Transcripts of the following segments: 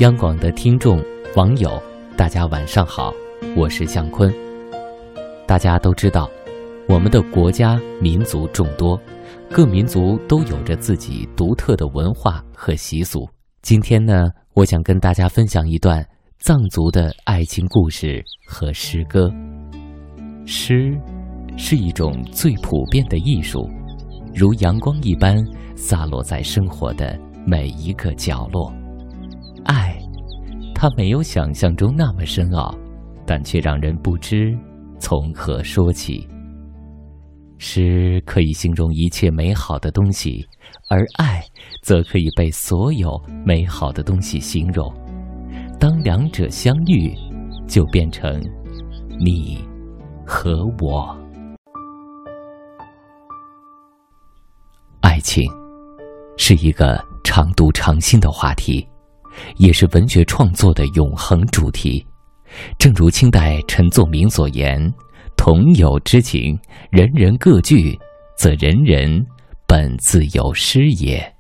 央广的听众、网友，大家晚上好，我是向坤。大家都知道，我们的国家民族众多，各民族都有着自己独特的文化和习俗。今天呢，我想跟大家分享一段藏族的爱情故事和诗歌。诗是一种最普遍的艺术，如阳光一般洒落在生活的每一个角落。爱，它没有想象中那么深奥，但却让人不知从何说起。诗可以形容一切美好的东西，而爱则可以被所有美好的东西形容。当两者相遇，就变成你和我。爱情是一个常读常新的话题，也是文学创作的永恒主题。正如清代陈作明所言，同有之情，人人各具，则人人本自有诗也。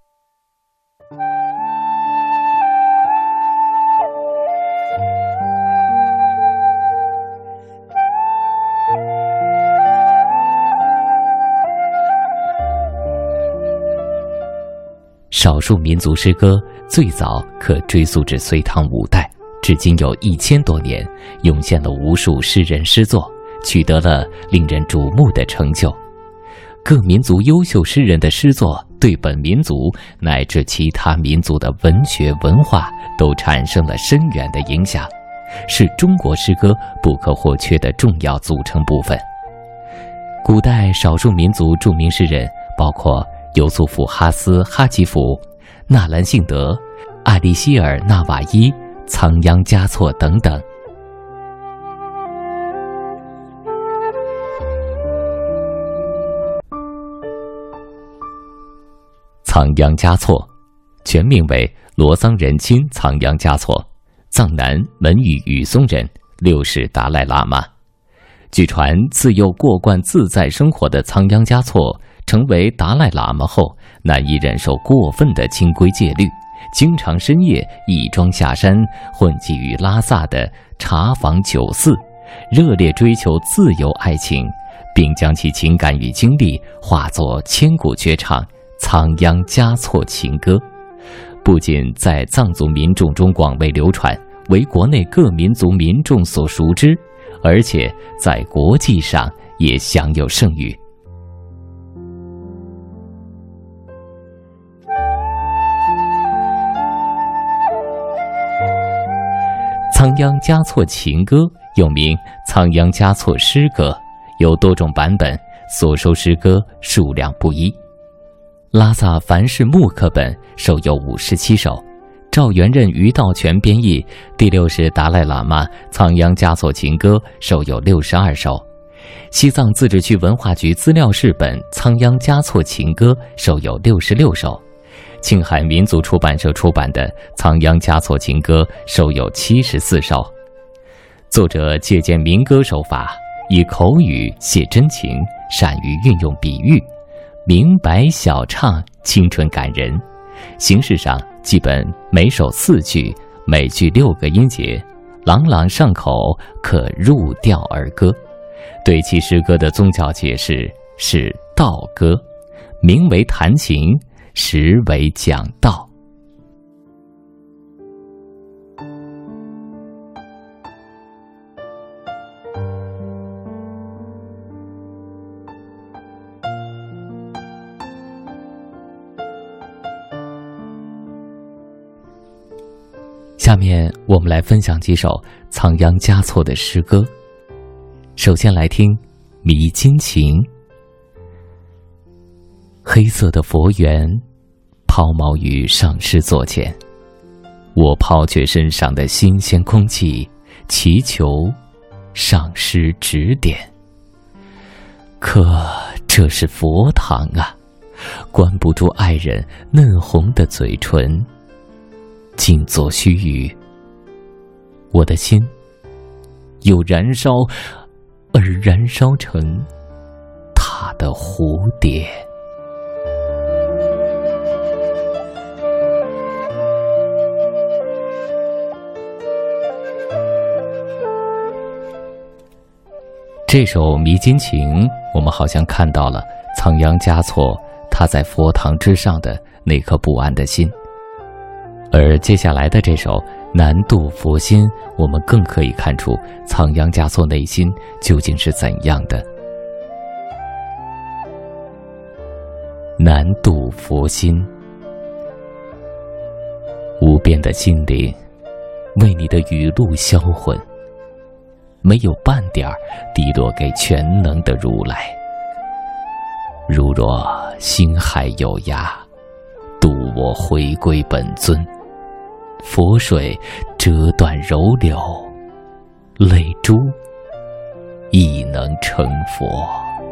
少数民族诗歌最早可追溯至隋唐五代，至今有1000多年，涌现了无数诗人诗作，取得了令人瞩目的成就。各民族优秀诗人的诗作对本民族乃至其他民族的文学文化都产生了深远的影响，是中国诗歌不可或缺的重要组成部分。古代少数民族著名诗人包括尤素甫·哈斯·哈吉甫、纳兰性德、阿利希尔·纳瓦伊、仓央嘉措等等。仓央嘉措全名为罗桑仁钦仓央嘉措，藏南文语语松人，6世达赖喇嘛。据传，自幼过惯自在生活的仓央嘉措成为达赖喇嘛后，难以忍受过分的清规戒律，经常深夜义装下山，混迹于拉萨的茶坊酒肆，热烈追求自由爱情，并将其情感与经历化作千古绝唱《仓央嘉措情歌》，不仅在藏族民众中广为流传，为国内各民族民众所熟知，而且在国际上也享有盛誉。仓央嘉措情歌又名仓央嘉措诗歌，有多种版本，所收诗歌数量不一。拉萨梵世木刻本收有57首，赵元任于道全编译第6世达赖喇嘛仓央嘉措情歌收有62首。西藏自治区文化局资料室本仓央嘉措情歌收有66首。青海民族出版社出版的仓央嘉措情歌收有74首。作者借鉴民歌手法，以口语写真情，善于运用比喻，明白小唱，清纯感人。形式上基本每首4句，每句6个音节，朗朗上口，可入调而歌。对其诗歌的宗教解释是道歌，名为弹琴，实为讲道。下面我们来分享几首仓央嘉措的诗歌。首先来听《迷津情》。黑色的佛缘抛锚于上师座前，我抛却身上的新鲜空气，祈求上师指点。可这是佛堂啊，关不住爱人嫩红的嘴唇，静坐须臾，我的心有燃烧，而燃烧成他的蝴蝶。 这首《迷津情》，我们好像看到了仓央嘉措他在佛堂之上的那颗不安的心。而接下来的这首《南渡佛心》，我们更可以看出仓央嘉措内心究竟是怎样的。南渡佛心，无边的心灵为你的雨露销魂，没有半点滴落给全能的如来。如若心海有涯，渡我回归本尊。佛水折断柔柳，泪珠亦能成佛。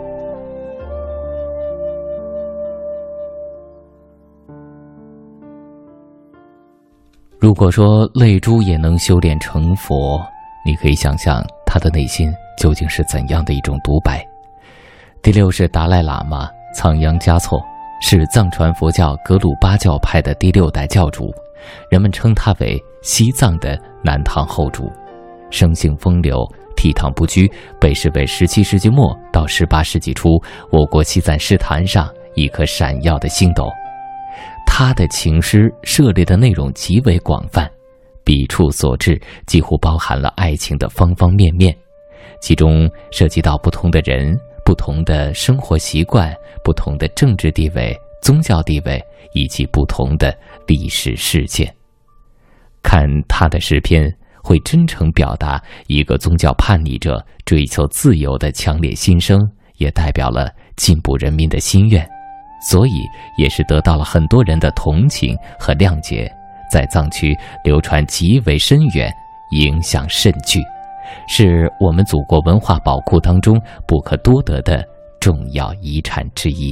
如果说泪珠也能修炼成佛，你可以想象他的内心究竟是怎样的一种独白。第六是达赖喇嘛仓央嘉措，是藏传佛教格鲁巴教派的第6代教主，人们称他为西藏的南唐后主，生性风流，倜傥不拘，被视为17世纪末到18世纪初我国西赞诗坛上一颗闪耀的星斗。他的情诗涉猎的内容极为广泛，笔触所至几乎包含了爱情的方方面面，其中涉及到不同的人、不同的生活习惯、不同的政治地位、宗教地位以及不同的历史事件。看他的诗篇，会真诚表达一个宗教叛逆者追求自由的强烈心声，也代表了进步人民的心愿，所以也是得到了很多人的同情和谅解，在藏区流传极为深远，影响甚巨，是我们祖国文化宝库当中不可多得的重要遗产之一。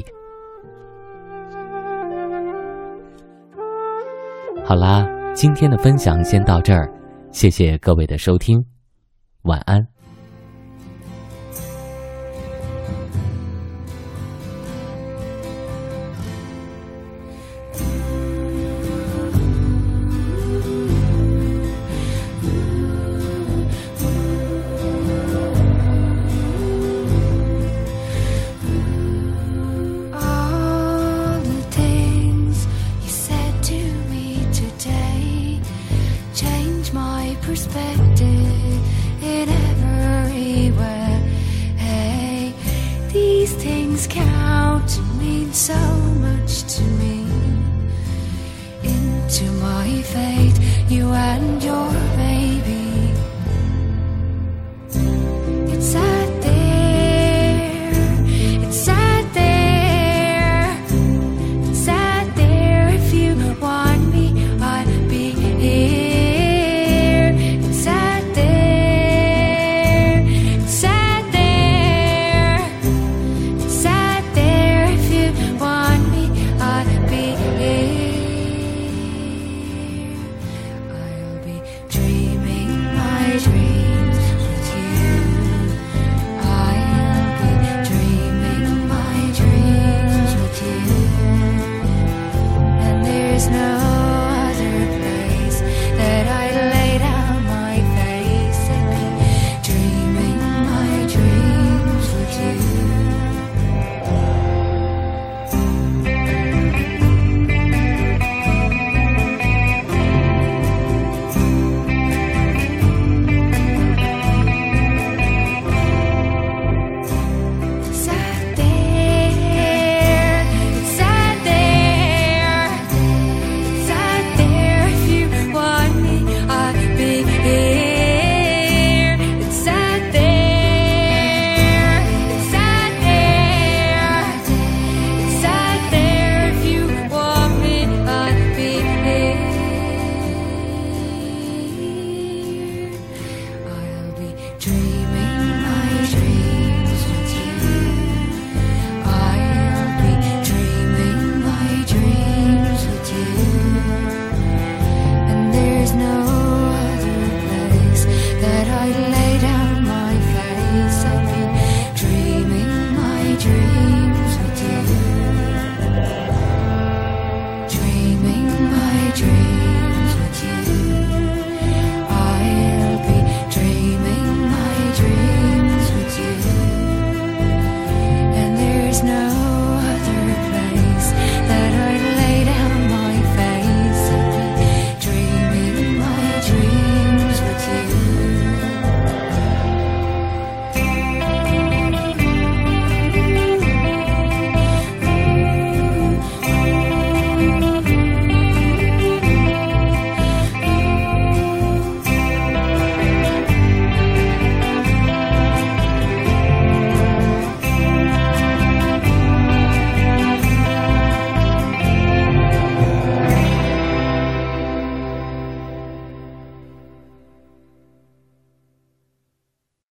好啦，今天的分享先到这儿，谢谢各位的收听，晚安。 Perspective in every way. Hey, these things count and mean so much to me. Into my fate, you and your